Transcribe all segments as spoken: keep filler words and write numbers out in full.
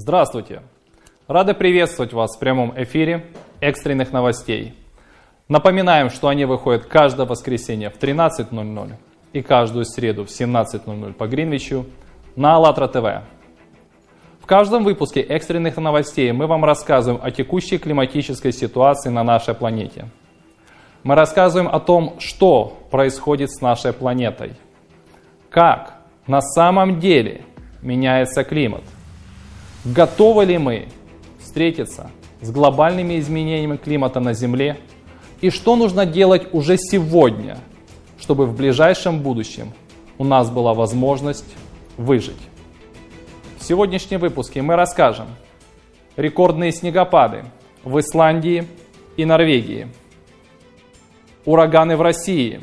Здравствуйте! Рады приветствовать вас в прямом эфире экстренных новостей. Напоминаем, что они выходят каждое воскресенье в тринадцать ноль ноль и каждую среду в семнадцать ноль ноль по Гринвичу на АЛЛАТРА ТВ. В каждом выпуске экстренных новостей мы вам рассказываем о текущей климатической ситуации на нашей планете. Мы рассказываем о том, что происходит с нашей планетой, как на самом деле меняется климат, готовы ли мы встретиться с глобальными изменениями климата на Земле и что нужно делать уже сегодня, чтобы в ближайшем будущем у нас была возможность выжить. В сегодняшнем выпуске мы расскажем рекордные снегопады в Исландии и Норвегии, ураганы в России,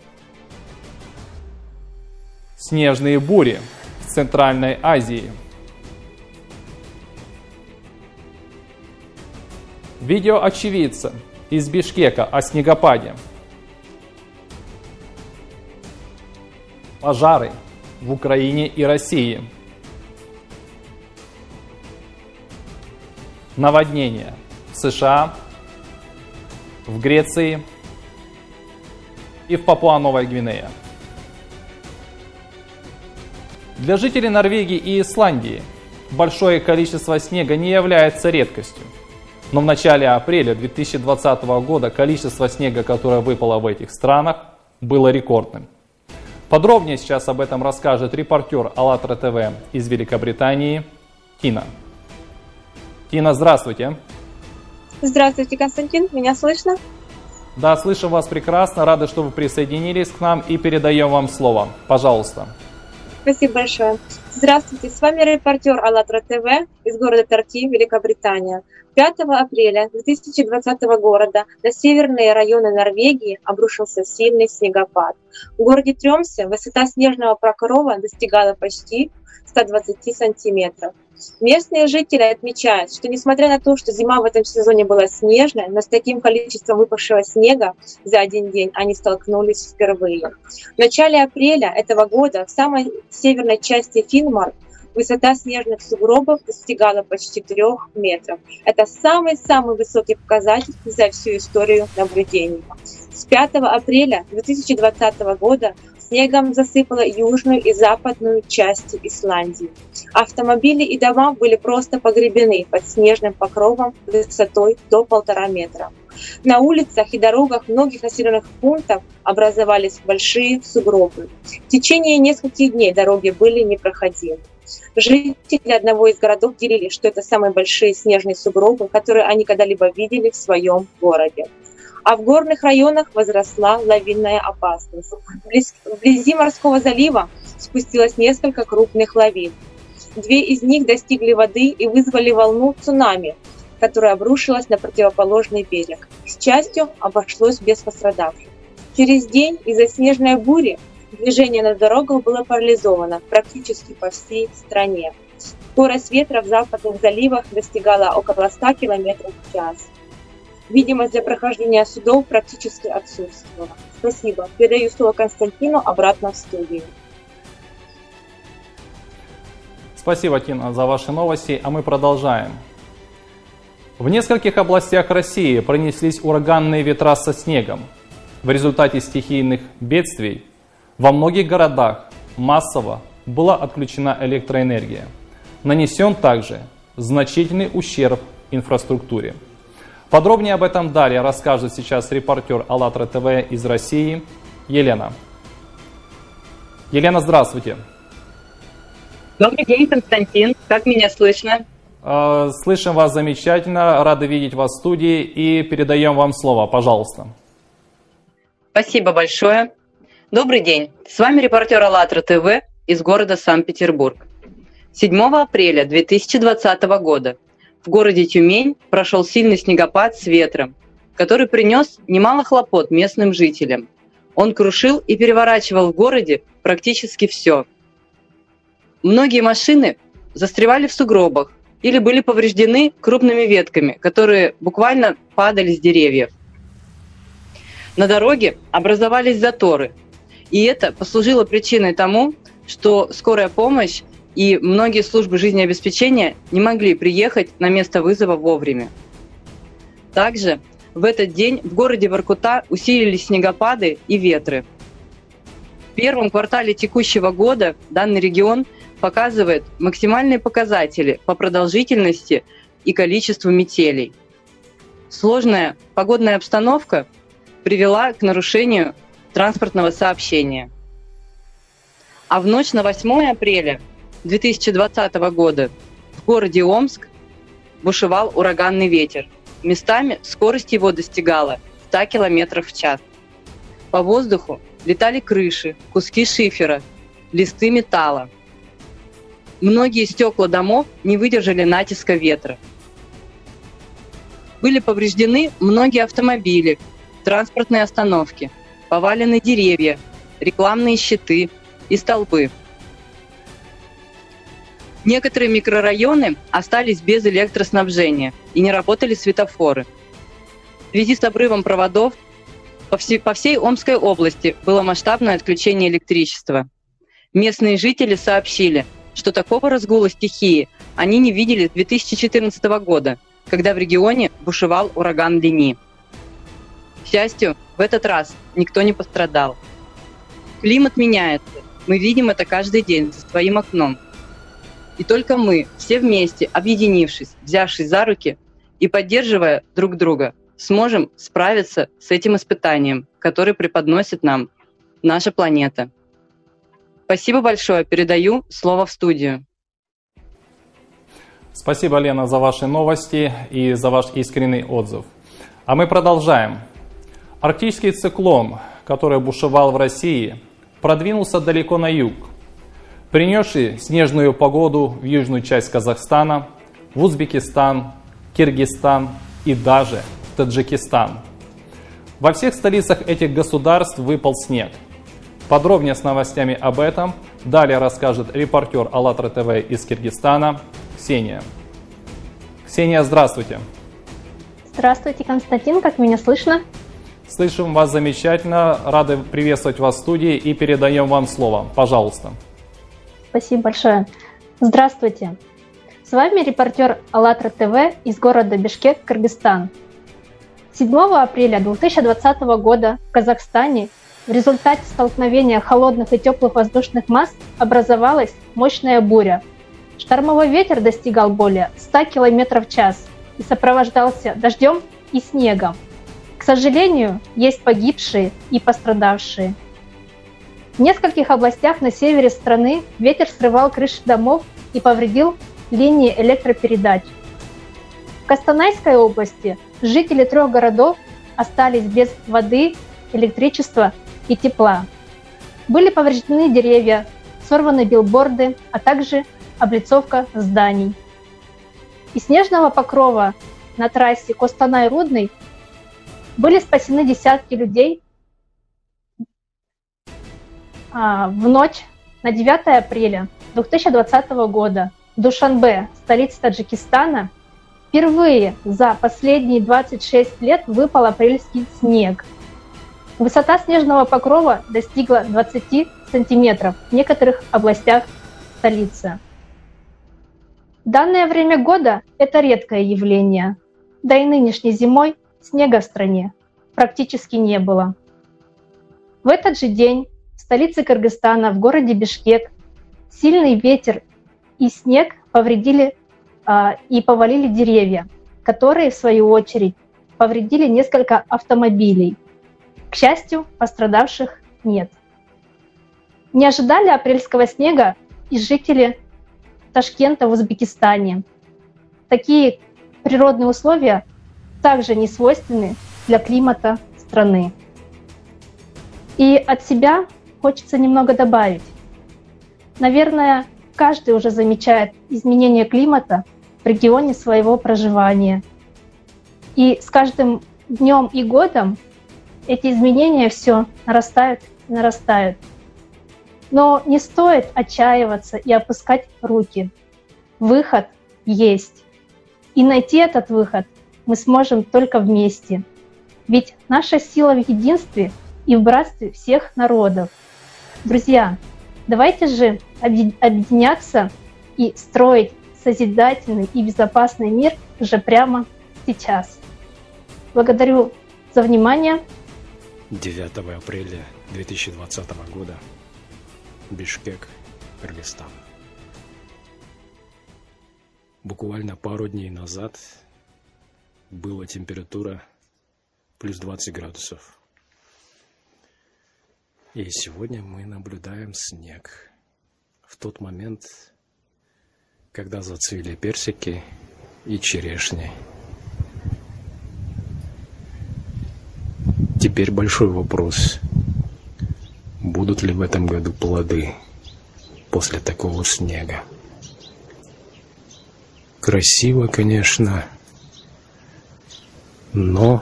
снежные бури в Центральной Азии, видео очевидца из Бишкека о снегопаде, пожары в Украине и России, наводнения в США, в Греции и в Папуа-Новой Гвинее. Для жителей Норвегии и Исландии большое количество снега не является редкостью. Но в начале апреля две тысячи двадцатого года количество снега, которое выпало в этих странах, было рекордным. Подробнее сейчас об этом расскажет репортер АЛЛАТРА ТВ из Великобритании Тина. Тина, здравствуйте. Здравствуйте, Константин. Меня слышно? Да, слышу вас прекрасно. Рады, что вы присоединились к нам и передаем вам слово. Пожалуйста. Спасибо большое. Здравствуйте, с вами репортер АЛЛАТРА ТВ из города Тарки, Великобритания. пятого апреля две тысячи двадцатого года на северные районы Норвегии обрушился сильный снегопад. В городе Трёмсе высота снежного покрова достигала почти ста двадцати сантиметров. Местные жители отмечают, что несмотря на то, что зима в этом сезоне была снежная, но с таким количеством выпавшего снега за один день они столкнулись впервые. В начале апреля этого года в самой северной части Финмарк высота снежных сугробов достигала почти трех метров. Это самый-самый высокий показатель за всю историю наблюдений. С пятого апреля две тысячи двадцатого года снегом засыпало южную и западную части Исландии. Автомобили и дома были просто погребены под снежным покровом высотой до полтора метра. На улицах и дорогах многих населенных пунктов образовались большие сугробы. В течение нескольких дней дороги были непроходимы. Жители одного из городов делились, что это самые большие снежные сугробы, которые они когда-либо видели в своем городе. А в горных районах возросла лавинная опасность. Вблиз, вблизи морского залива спустилось несколько крупных лавин. Две из них достигли воды и вызвали волну цунами, которая обрушилась на противоположный берег. К счастью, обошлось без пострадавших. Через день из-за снежной бури движение на дорогах было парализовано практически по всей стране. Скорость ветра в западных заливах достигала около ста километров в час. Видимость для прохождения судов практически отсутствовала. Спасибо. Передаю слово Константину обратно в студию. Спасибо, Тина, за ваши новости, а мы продолжаем. В нескольких областях России пронеслись ураганные ветра со снегом. В результате стихийных бедствий во многих городах массово была отключена электроэнергия. Нанесен также значительный ущерб инфраструктуре. Подробнее об этом далее расскажет сейчас репортер АЛЛАТРА ТВ из России Елена. Елена, здравствуйте. Добрый день, Константин. Как меня слышно? Слышим вас замечательно. Рады видеть вас в студии и передаем вам слово. Пожалуйста. Спасибо большое. Добрый день. С вами репортер АЛЛАТРА ТВ из города Санкт-Петербург. седьмого апреля две тысячи двадцатого года в городе Тюмень прошел сильный снегопад с ветром, который принес немало хлопот местным жителям. Он крушил и переворачивал в городе практически все. Многие машины застревали в сугробах или были повреждены крупными ветками, которые буквально падали с деревьев. На дороге образовались заторы, и это послужило причиной тому, что скорая помощь и многие службы жизнеобеспечения не могли приехать на место вызова вовремя. Также в этот день в городе Воркута усилились снегопады и ветры. В первом квартале текущего года данный регион показывает максимальные показатели по продолжительности и количеству метелей. Сложная погодная обстановка привела к нарушению транспортного сообщения. А в ночь на восьмое апреля две тысячи двадцатого года в городе Омск бушевал ураганный ветер. Местами скорость его достигала ста километров в час. По воздуху летали крыши, куски шифера, листы металла. Многие стекла домов не выдержали натиска ветра. Были повреждены многие автомобили, транспортные остановки, повалены деревья, рекламные щиты и столбы. Некоторые микрорайоны остались без электроснабжения и не работали светофоры. В связи с обрывом проводов по всей, по всей Омской области было масштабное отключение электричества. Местные жители сообщили, что такого разгула стихии они не видели с две тысячи четырнадцатого года, когда в регионе бушевал ураган Лени. К счастью, в этот раз никто не пострадал. Климат меняется, мы видим это каждый день за своим окном. И только мы, все вместе, объединившись, взявшись за руки и поддерживая друг друга, сможем справиться с этим испытанием, которое преподносит нам наша планета. Спасибо большое. Передаю слово в студию. Спасибо, Лена, за ваши новости и за ваш искренний отзыв. А мы продолжаем. Арктический циклон, который бушевал в России, продвинулся далеко на юг, принесший снежную погоду в южную часть Казахстана, в Узбекистан, Киргизстан и даже в Таджикистан. Во всех столицах этих государств выпал снег. Подробнее с новостями об этом далее расскажет репортер АЛЛАТРА ТВ из Киргизстана Ксения. Ксения, здравствуйте. Здравствуйте, Константин, как меня слышно? Слышим вас замечательно, рады приветствовать вас в студии и передаем вам слово. Пожалуйста. Спасибо большое. Здравствуйте. С вами репортер АЛЛАТРА ТВ из города Бишкек, Кыргызстан. седьмого апреля две тысячи двадцатого года в Казахстане в результате столкновения холодных и теплых воздушных масс образовалась мощная буря. Штормовой ветер достигал более ста километров в час и сопровождался дождем и снегом. К сожалению, есть погибшие и пострадавшие. В нескольких областях на севере страны ветер срывал крыши домов и повредил линии электропередач. В Костанайской области жители трех городов остались без воды, электричества и тепла. Были повреждены деревья, сорваны билборды, а также облицовка зданий. Из снежного покрова на трассе Костанай-Рудный были спасены десятки людей. А, в ночь на девятое апреля две тысячи двадцатого года в Душанбе, столице Таджикистана, впервые за последние двадцать шесть лет выпал апрельский снег. Высота снежного покрова достигла двадцати сантиметров в некоторых областях столицы. В данное время года это редкое явление, да и нынешней зимой снега в стране практически не было. В этот же день в столице Кыргызстана, в городе Бишкек, сильный ветер и снег повредили а, и повалили деревья, которые, в свою очередь, повредили несколько автомобилей. К счастью, пострадавших нет. Не ожидали апрельского снега и жители Ташкента в Узбекистане. Такие природные условия также не свойственны для климата страны. И от себя хочется немного добавить. Наверное, каждый уже замечает изменение климата в регионе своего проживания. И с каждым днем и годом эти изменения все нарастают и нарастают. Но не стоит отчаиваться и опускать руки. Выход есть. И найти этот выход мы сможем только вместе. Ведь наша сила в единстве и в братстве всех народов. Друзья, давайте же объединяться и строить созидательный и безопасный мир уже прямо сейчас. Благодарю за внимание. девятого апреля две тысячи двадцатого года. Бишкек, Кыргызстан. Буквально пару дней назад была температура плюс двадцать градусов. И сегодня мы наблюдаем снег. В тот момент, когда зацвели персики и черешни. Теперь большой вопрос. Будут ли в этом году плоды после такого снега? Красиво, конечно, но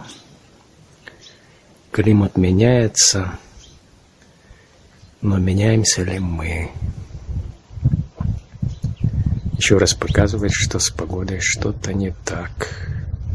климат меняется, но меняемся ли мы? Еще раз показывает, что с погодой что-то не так.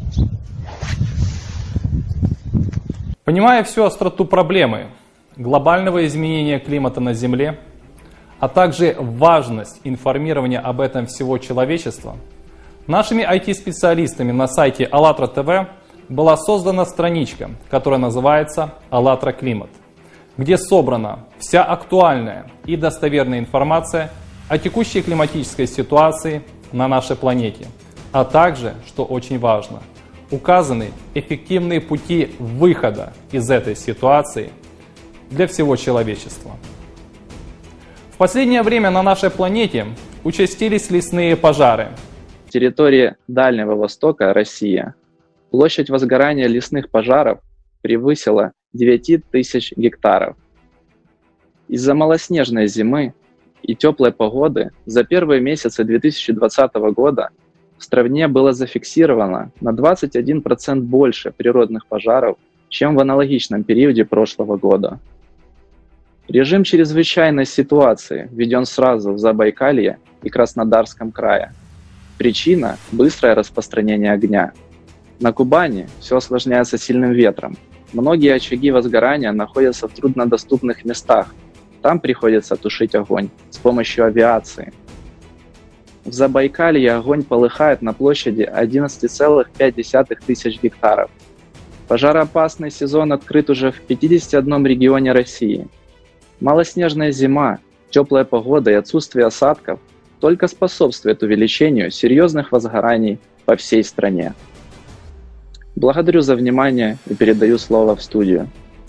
Понимая всю остроту проблемы глобального изменения климата на Земле, а также важность информирования об этом всего человечества, нашими ай ти-специалистами на сайте АЛЛАТРА ТВ была создана страничка, которая называется «АЛЛАТРА Климат», где собрана вся актуальная и достоверная информация о текущей климатической ситуации на нашей планете, а также, что очень важно, указаны эффективные пути выхода из этой ситуации для всего человечества. В последнее время на нашей планете участились лесные пожары. На территории Дальнего Востока, Россия, площадь возгорания лесных пожаров превысила девять тысяч гектаров. Из-за малоснежной зимы и теплой погоды за первые месяцы две тысячи двадцатого года в стране было зафиксировано на двадцать один процент больше природных пожаров, чем в аналогичном периоде прошлого года. Режим чрезвычайной ситуации введен сразу в Забайкалье и Краснодарском крае. Причина – быстрое распространение огня. На Кубани все осложняется сильным ветром. Многие очаги возгорания находятся в труднодоступных местах. Там приходится тушить огонь с помощью авиации. В Забайкалье огонь полыхает на площади одиннадцать целых пять десятых тысяч гектаров. Пожароопасный сезон открыт уже в пятидесяти одном регионе России. Малоснежная зима, теплая погода и отсутствие осадков только способствуют увеличению серьезных возгораний по всей стране. Благодарю за внимание и передаю слово в студию.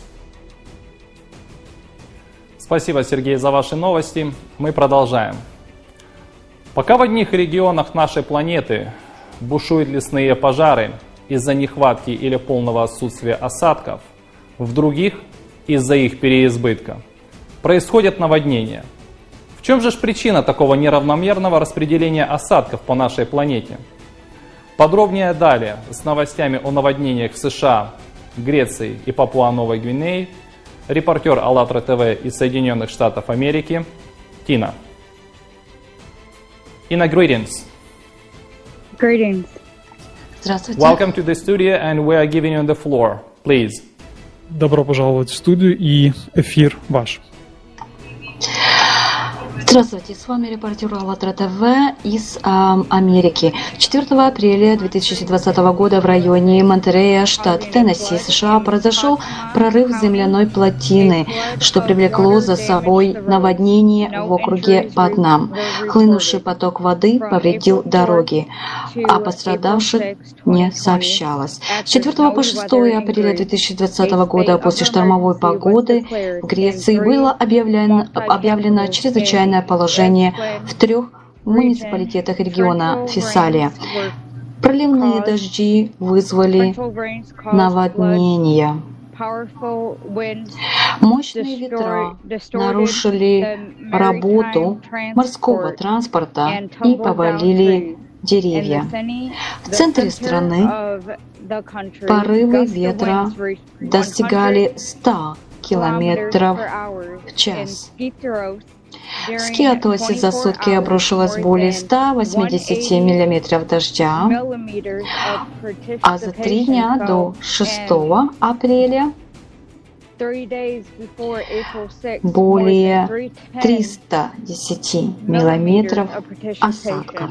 Спасибо, Сергей, за ваши новости. Мы продолжаем. Пока в одних регионах нашей планеты бушуют лесные пожары из-за нехватки или полного отсутствия осадков, в других из-за их переизбытка происходят наводнения. В чем же причина такого неравномерного распределения осадков по нашей планете? Подробнее далее с новостями о наводнениях в США, Греции и Папуа-Новой Гвинеи репортер АЛЛАТРА ТВ из Соединенных Штатов Америки Тина. Ina, greetings. Greetings. Здравствуйте. Welcome to the studio, and we are giving you the floor. Please. Добро пожаловать в студию, и эфир ваш. Здравствуйте, с вами репортер АЛЛАТРА ТВ из э, Америки. четвёртого апреля две тысячи двадцатого года в районе Монтерея, штат Теннесси, США, произошел прорыв земляной плотины, что привлекло за собой наводнение в округе Патнам. Хлынувший поток воды повредил дороги, а пострадавших не сообщалось. С четвёртого по шестое апреля две тысячи двадцатого года после штормовой погоды в Греции было объявлено, объявлено чрезвычайное положение в трех муниципалитетах региона Фессалия. Проливные дожди вызвали наводнения. Мощные ветра нарушили работу морского транспорта и повалили деревья. В центре страны порывы ветра достигали ста километров в час. В Скиатосе за сутки обрушилось более ста восьмидесяти миллиметров дождя, а за три дня до шестого апреля более трёхсот десяти миллиметров осадков.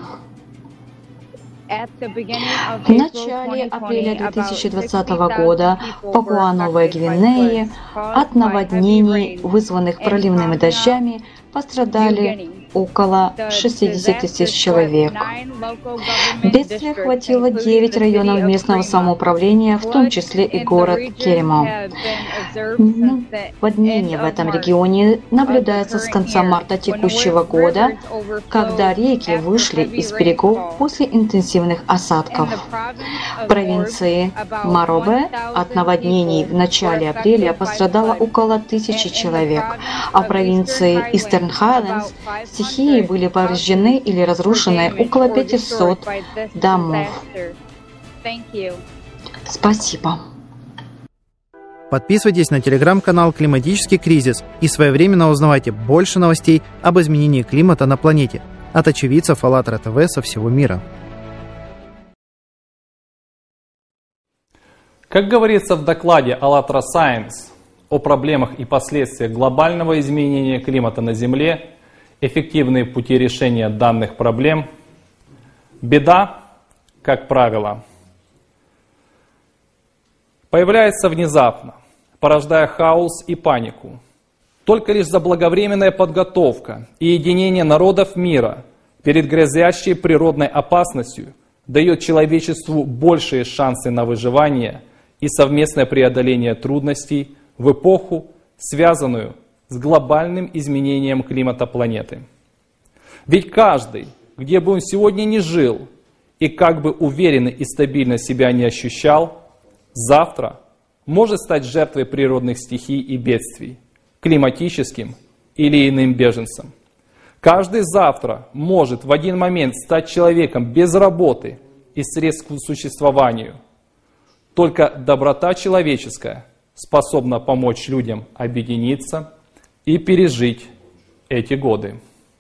В начале апреля две тысячи двадцатого года в Папуа-Новой Гвинее от наводнений, вызванных проливными дождями, пострадали около шестидесяти тысяч человек. Бедствие охватило девять районов местного самоуправления, в том числе и город Керемо. Наводнение в этом регионе наблюдается с конца марта текущего года, когда реки вышли из берегов после интенсивных осадков. В провинции Маробе от наводнений в начале апреля пострадало около тысячи человек, а в провинции Eastern Highlands стихии были повреждены или разрушены около пятисот домов. Спасибо. Подписывайтесь на телеграм-канал «Климатический кризис» и своевременно узнавайте больше новостей об изменении климата на планете от очевидцев АЛЛАТРА ТВ со всего мира. Как говорится в докладе АЛЛАТРА Science о проблемах и последствиях глобального изменения климата на Земле, эффективные пути решения данных проблем, беда, как правило, появляется внезапно, порождая хаос и панику. Только лишь заблаговременная подготовка и единение народов мира перед грозящей природной опасностью дает человечеству большие шансы на выживание и совместное преодоление трудностей в эпоху, связанную с глобальным изменением климата планеты. Ведь каждый, где бы он сегодня ни жил и как бы уверенно и стабильно себя не ощущал, завтра может стать жертвой природных стихий и бедствий, климатическим или иным беженцем. Каждый завтра может в один момент стать человеком без работы и средств к существованию. Только доброта человеческая способна помочь людям объединиться и пережить эти годы.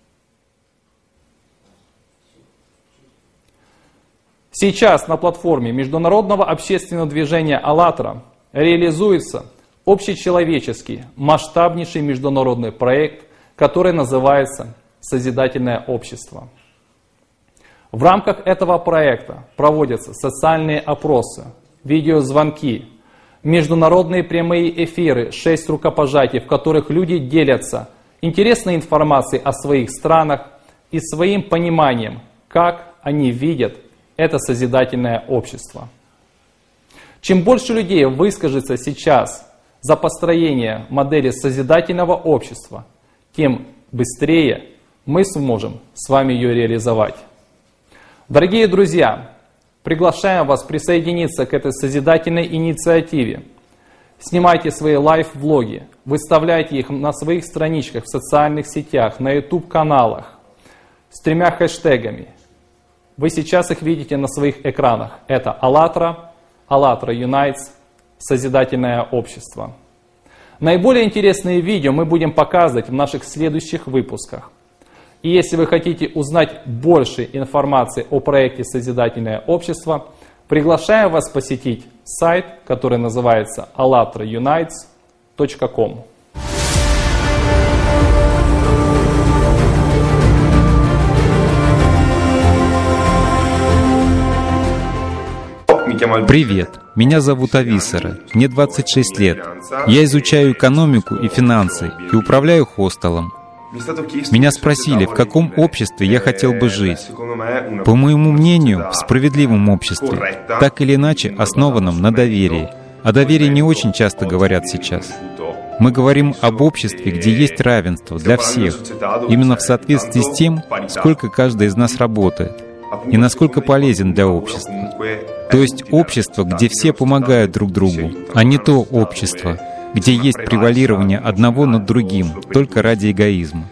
Сейчас на платформе международного общественного движения «АЛЛАТРА» реализуется общечеловеческий, масштабнейший международный проект, который называется «Созидательное общество». В рамках этого проекта проводятся социальные опросы, видеозвонки, международные прямые эфиры, шесть рукопожатий, в которых люди делятся интересной информацией о своих странах и своим пониманием, как они видят это созидательное общество. Чем больше людей выскажется сейчас за построение модели созидательного общества, тем быстрее мы сможем с вами ее реализовать. Дорогие друзья, приглашаем вас присоединиться к этой созидательной инициативе. Снимайте свои лайв-влоги, выставляйте их на своих страничках в социальных сетях, на ютуб-каналах с тремя хэштегами. Вы сейчас их видите на своих экранах. Это «АЛЛАТРА», «АЛЛАТРА Unites», «Созидательное общество». Наиболее интересные видео мы будем показывать в наших следующих выпусках. И если вы хотите узнать больше информации о проекте «Созидательное общество», приглашаем вас посетить сайт, который называется allatra unites точка ком. Привет, меня зовут Ависара, мне двадцать шесть лет. Я изучаю экономику и финансы и управляю хостелом. Меня спросили, в каком обществе я хотел бы жить. По моему мнению, в справедливом обществе, так или иначе основанном на доверии. О доверии не очень часто говорят сейчас. Мы говорим об обществе, где есть равенство для всех, именно в соответствии с тем, сколько каждый из нас работает и насколько полезен для общества. То есть общество, где все помогают друг другу, а не то общество, где есть превалирование одного над другим только ради эгоизма.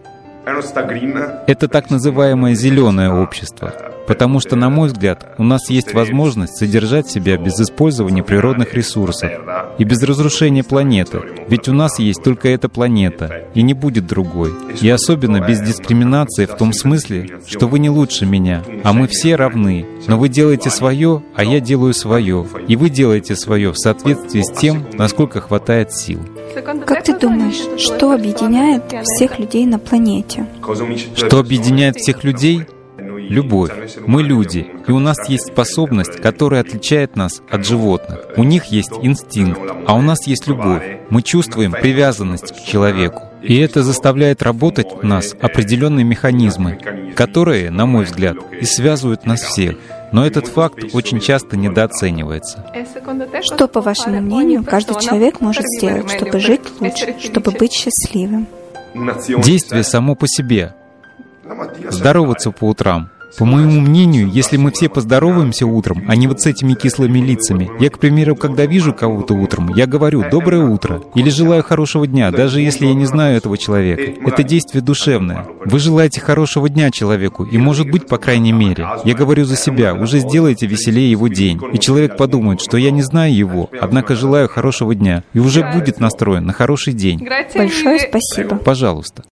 Это так называемое зеленое общество, потому что, на мой взгляд, у нас есть возможность содержать себя без использования природных ресурсов и без разрушения планеты, ведь у нас есть только эта планета, и не будет другой. И особенно без дискриминации в том смысле, что вы не лучше меня, а мы все равны, но вы делаете свое, а я делаю свое, и вы делаете свое в соответствии с тем, насколько хватает сил. Как ты думаешь, что объединяет всех людей на планете? Что объединяет всех людей? Любовь. Мы люди, и у нас есть способность, которая отличает нас от животных. У них есть инстинкт, а у нас есть любовь. Мы чувствуем привязанность к человеку. И это заставляет работать в нас определенные механизмы, которые, на мой взгляд, и связывают нас всех. Но этот факт очень часто недооценивается. Что, по вашему мнению, каждый человек может сделать, чтобы жить лучше, чтобы быть счастливым? Действие само по себе. Здороваться по утрам. По моему мнению, если мы все поздороваемся утром, а не вот с этими кислыми лицами. Я, к примеру, когда вижу кого-то утром, я говорю «доброе утро» или «желаю хорошего дня», даже если я не знаю этого человека. Это действие душевное. Вы желаете хорошего дня человеку, и, может быть, по крайней мере, я говорю за себя, уже сделайте веселее его день. И человек подумает, что я не знаю его, однако желаю хорошего дня, и уже будет настроен на хороший день. Большое спасибо. Пожалуйста.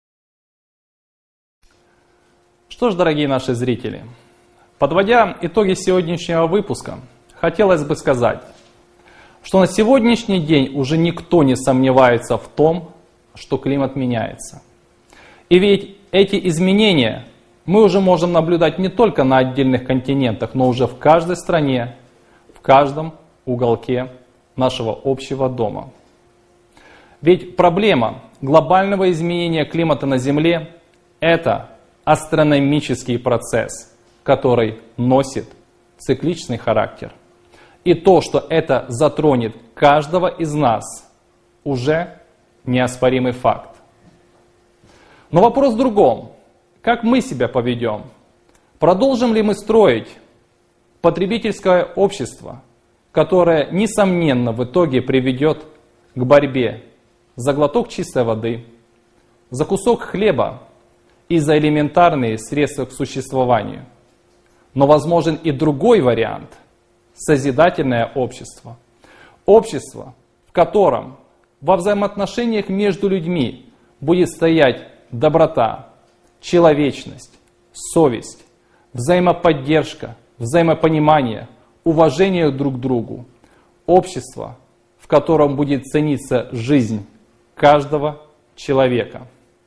Что ж, дорогие наши зрители, подводя итоги сегодняшнего выпуска, хотелось бы сказать, что на сегодняшний день уже никто не сомневается в том, что климат меняется. И ведь эти изменения мы уже можем наблюдать не только на отдельных континентах, но уже в каждой стране, в каждом уголке нашего общего дома. Ведь проблема глобального изменения климата на Земле – это астрономический процесс, который носит цикличный характер. И то, что это затронет каждого из нас, уже неоспоримый факт. Но вопрос в другом. Как мы себя поведем? Продолжим ли мы строить потребительское общество, которое, несомненно, в итоге приведет к борьбе за глоток чистой воды, за кусок хлеба и за элементарные средства к существованию? Но возможен и другой вариант – созидательное общество. Общество, в котором во взаимоотношениях между людьми будет стоять доброта, человечность, совесть, взаимоподдержка, взаимопонимание, уважение друг к другу. Общество, в котором будет цениться жизнь каждого человека.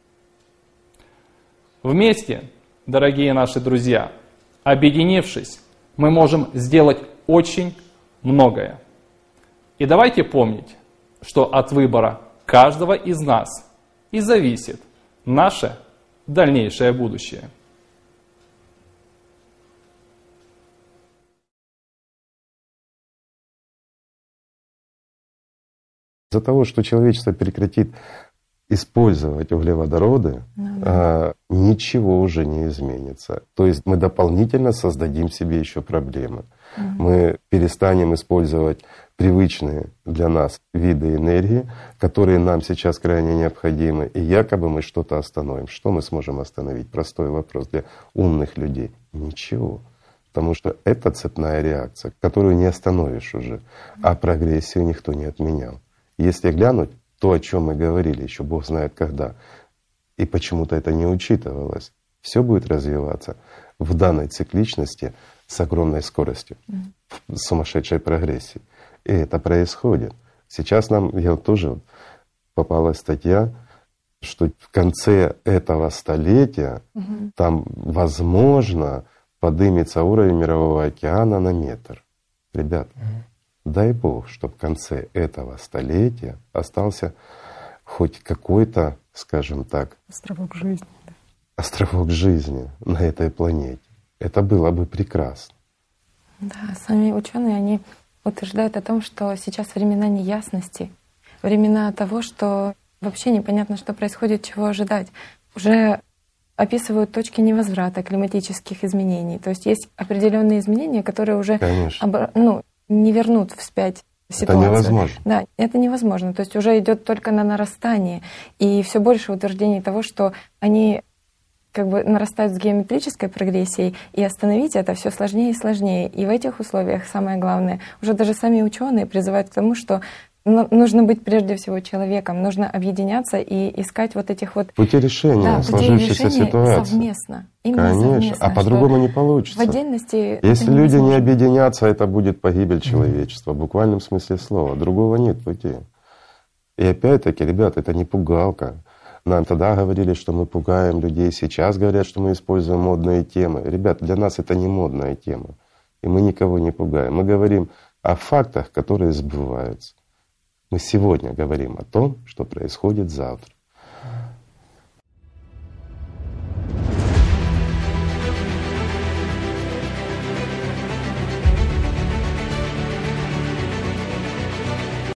Вместе, дорогие наши друзья, объединившись, мы можем сделать очень многое. И давайте помнить, что от выбора каждого из нас и зависит наше дальнейшее будущее. Из-за того, что человечество прекратит использовать углеводороды, mm-hmm. а, ничего уже не изменится. То есть мы дополнительно создадим себе еще проблемы. Mm-hmm. Мы перестанем использовать привычные для нас виды энергии, которые нам сейчас крайне необходимы, и якобы мы что-то остановим. Что мы сможем остановить? Простой вопрос для умных людей. Ничего. Потому что это цепная реакция, которую не остановишь уже. А прогрессию никто не отменял. Если глянуть, то, о чем мы говорили, еще Бог знает когда, и почему-то это не учитывалось, все будет развиваться в данной цикличности с огромной скоростью, в сумасшедшей прогрессии. И это происходит. Сейчас нам, я вот тоже попалась статья, что в конце этого столетия угу. там, возможно, поднимется уровень мирового океана на метр. Ребята, угу. дай Бог, чтобы в конце этого столетия остался хоть какой-то, скажем так, островок жизни. Да. Островок жизни на этой планете. Это было бы прекрасно. Да, сами ученые, они утверждают о том, что сейчас времена неясности, времена того, что вообще непонятно, что происходит, чего ожидать. Уже описывают точки невозврата климатических изменений. То есть есть определенные изменения, которые уже обо... ну, не вернут вспять ситуацию. Это невозможно. Да, это невозможно. То есть уже идет только на нарастание. И все больше утверждений того, что они как бы нарастают с геометрической прогрессией, и остановить это все сложнее и сложнее. И в этих условиях самое главное, уже даже сами ученые призывают к тому, что нужно быть прежде всего человеком, нужно объединяться и искать вот этих вот пути решения да, сложившейся решения ситуации. Совместно. Именно Конечно, совместно, а по-другому не получится. В отдельности если люди не объединятся, это будет погибель человечества, в буквальном смысле слова. Другого нет пути. И опять-таки, ребята, это не пугалка. Нам тогда говорили, что мы пугаем людей, сейчас говорят, что мы используем модные темы. Ребят, для нас это не модная тема. И мы никого не пугаем. Мы говорим о фактах, которые сбываются. Мы сегодня говорим о том, что происходит завтра.